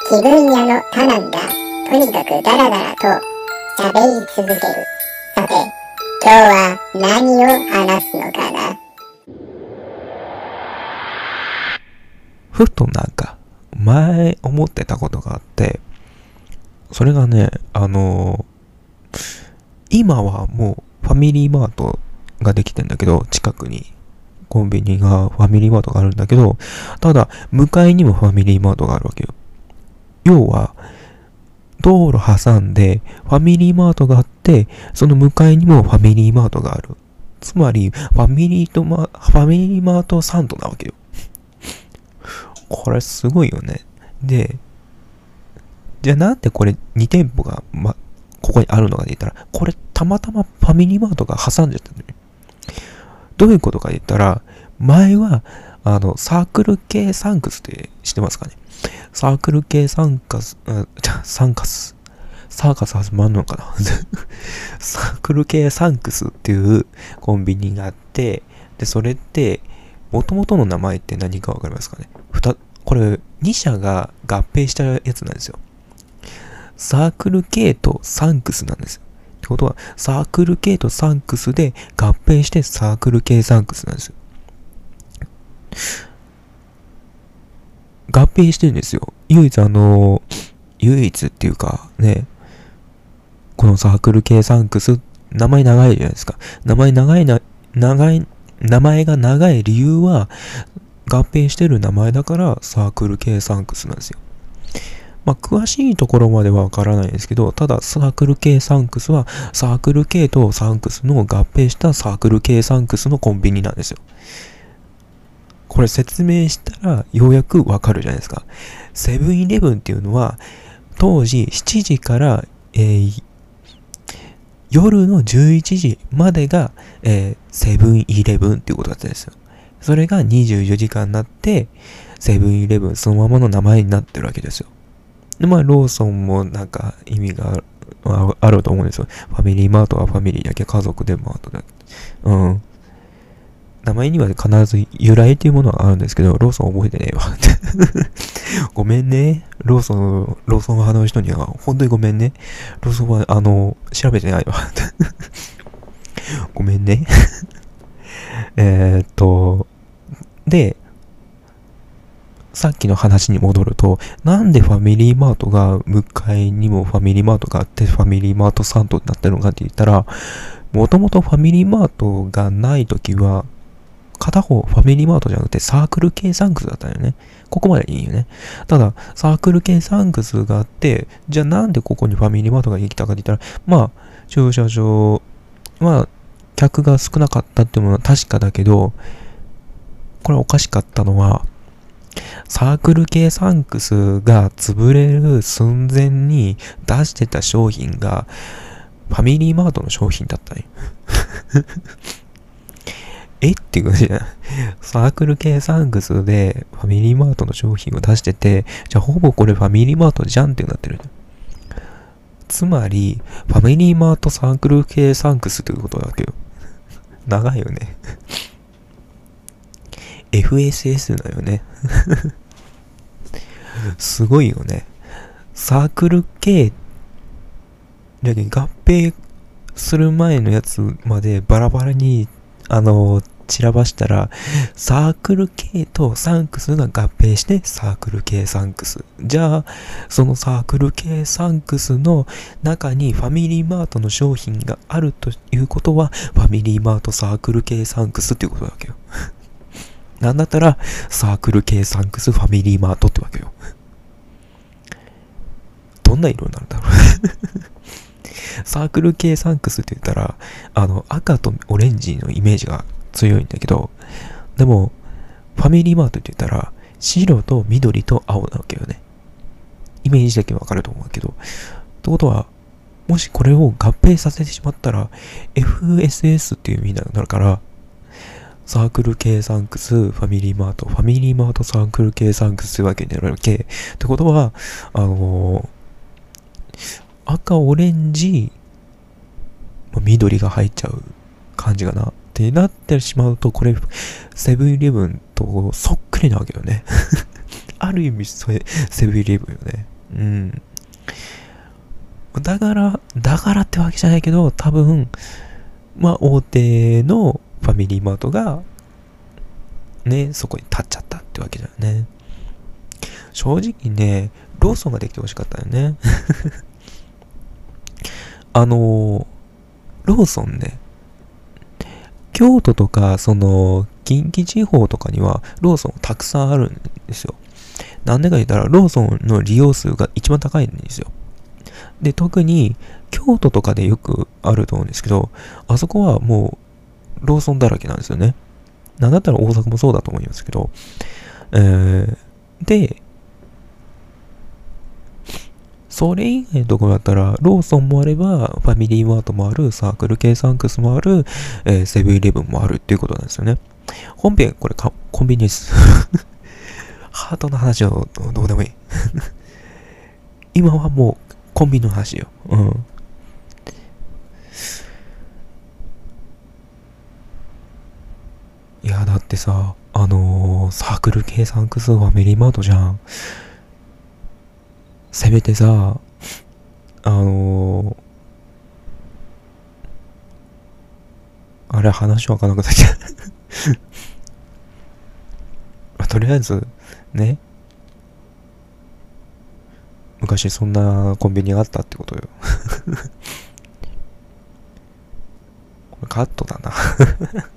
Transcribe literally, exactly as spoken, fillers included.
気分屋のタナンがとにかくダラダラと喋り続ける。さて、今日は何を話すのかな。 ふとなんか前思ってたことがあって、それがね、あのー、今はもうファミリーマートができてんだけど、近くにコンビニがファミリーマートがあるんだけど、ただ向かいにもファミリーマートがあるわけよ。要は道路挟んでファミリーマートがあって、その向かいにもファミリーマートがある。つまりファミリーとマファミリーマートサンドなわけよ。これすごいよね。で、じゃあなんでこれに店舗が、ま、ここにあるのかで言ったら、これたまたまファミリーマートが挟んじゃったのよ。どういうことかで言ったら、前はあのサークル系サンクスって知ってますかね。サークル系サンカス、あ、サンカス、サーカス始まんのかなサークル系サンクスっていうコンビニがあって、で、それって、元々の名前って何かわかりますかね。ふた、これ、に社が合併したやつなんですよ。サークル系とサンクスなんですよ。ってことは、サークル系とサンクスで合併してサークル系サンクスなんですよ。合併してるんですよ。唯一あの、唯一っていうかね、このサークル系サンクス、名前長いじゃないですか。名前長いな、長い、名前が長い理由は、合併してる名前だからサークル系サンクスなんですよ。まあ、詳しいところまではわからないんですけど、ただサークル系サンクスはサークル系とサンクスの合併したサークル系サンクスのコンビニなんですよ。これ説明したらようやくわかるじゃないですか。セブンイレブンっていうのは当時しちじから、えー、夜のじゅういちじまでが、えー、セブンイレブンっていうことだったんですよ。それがにじゅうよじかんになってセブンイレブンそのままの名前になってるわけですよ。で、まあローソンもなんか意味がある、あ、あると思うんですよ。ファミリーマートはファミリーだけ、家族でマートだ。うん。名前には必ず由来っていうものはあるんですけど、ローソン覚えてねえわ。ごめんね。ローソン、ローソン派の人には、本当にごめんね。ローソンは、あの、調べてないわ。ごめんね。えっと、で、さっきの話に戻ると、なんでファミリーマートが、向かいにもファミリーマートがあって、ファミリーマートサンドになってるのかって言ったら、もともとファミリーマートがないときは、片方ファミリーマートじゃなくてサークル系サンクスだったよね。ここまでいいよね。ただ、サークル系サンクスがあって、じゃあなんでここにファミリーマートができたかって言ったら、まあ、駐車場、まあ、客が少なかったっていうのは確かだけど、これおかしかったのは、サークル系サンクスが潰れる寸前に出してた商品が、ファミリーマートの商品だったね。えっていう感じじゃない。サークル系サンクスでファミリーマートの商品を出してて、じゃあほぼこれファミリーマートじゃんってなってる。つまり、ファミリーマートサークル系サンクスっていうことだけど。長いよね。エフエスエス だよね。すごいよね。サークル系、だけど合併する前のやつまでバラバラに、あの、散らばしたら、サークル系とサンクスが合併してサークル系サンクス。じゃあ、そのサークル系サンクスの中にファミリーマートの商品があるということは、ファミリーマートサークル系サンクスっていうことだわけよ。なんだったら、サークル系サンクスファミリーマートってわけよ。どんな色になるんだろう。サークル系サンクスって言ったら、あの、赤とオレンジのイメージが強いんだけど、でも、ファミリーマートって言ったら、白と緑と青なわけよね。イメージだけわかると思うけど。ってことは、もしこれを合併させてしまったら、エフエスエス っていう意味になるから、サークル系サンクス、ファミリーマート、ファミリーマートサークル系サンクスというわけになるわけ。ってことは、あのー、赤、オレンジ、緑が入っちゃう感じかなってなってしまうと、これセブンイレブンとそっくりなわけよね。ある意味それセブンイレブンよね。 うん。だから、だからってわけじゃないけど、多分、まあ、大手のファミリーマートが、ね、そこに立っちゃったってわけだよね。正直ね、ローソンができてほしかったよね。あのー、ローソンね、京都とか、その、近畿地方とかには、ローソンたくさんあるんですよ。なんでか言ったら、ローソンの利用数が一番高いんですよ。で、特に、京都とかでよくあると思うんですけど、あそこはもう、ローソンだらけなんですよね。なんだったら大阪もそうだと思いますけど、えー、で、それ以外のところだったら、ローソンもあれば、ファミリーマートもある、サークル系サンクスもある、えー、セブンイレブンもあるっていうことなんですよね。本編、これか、コンビニです。ハートの話はどうでもいい。今はもう、コンビニの話よ。うん。いや、だってさ、あのー、サークル系サンクスファミリーマートじゃん。せめてさ、あのー、あれ話わかんなくなっちゃう。とりあえず、ね、昔そんなコンビニがあったってことよ。これカットだな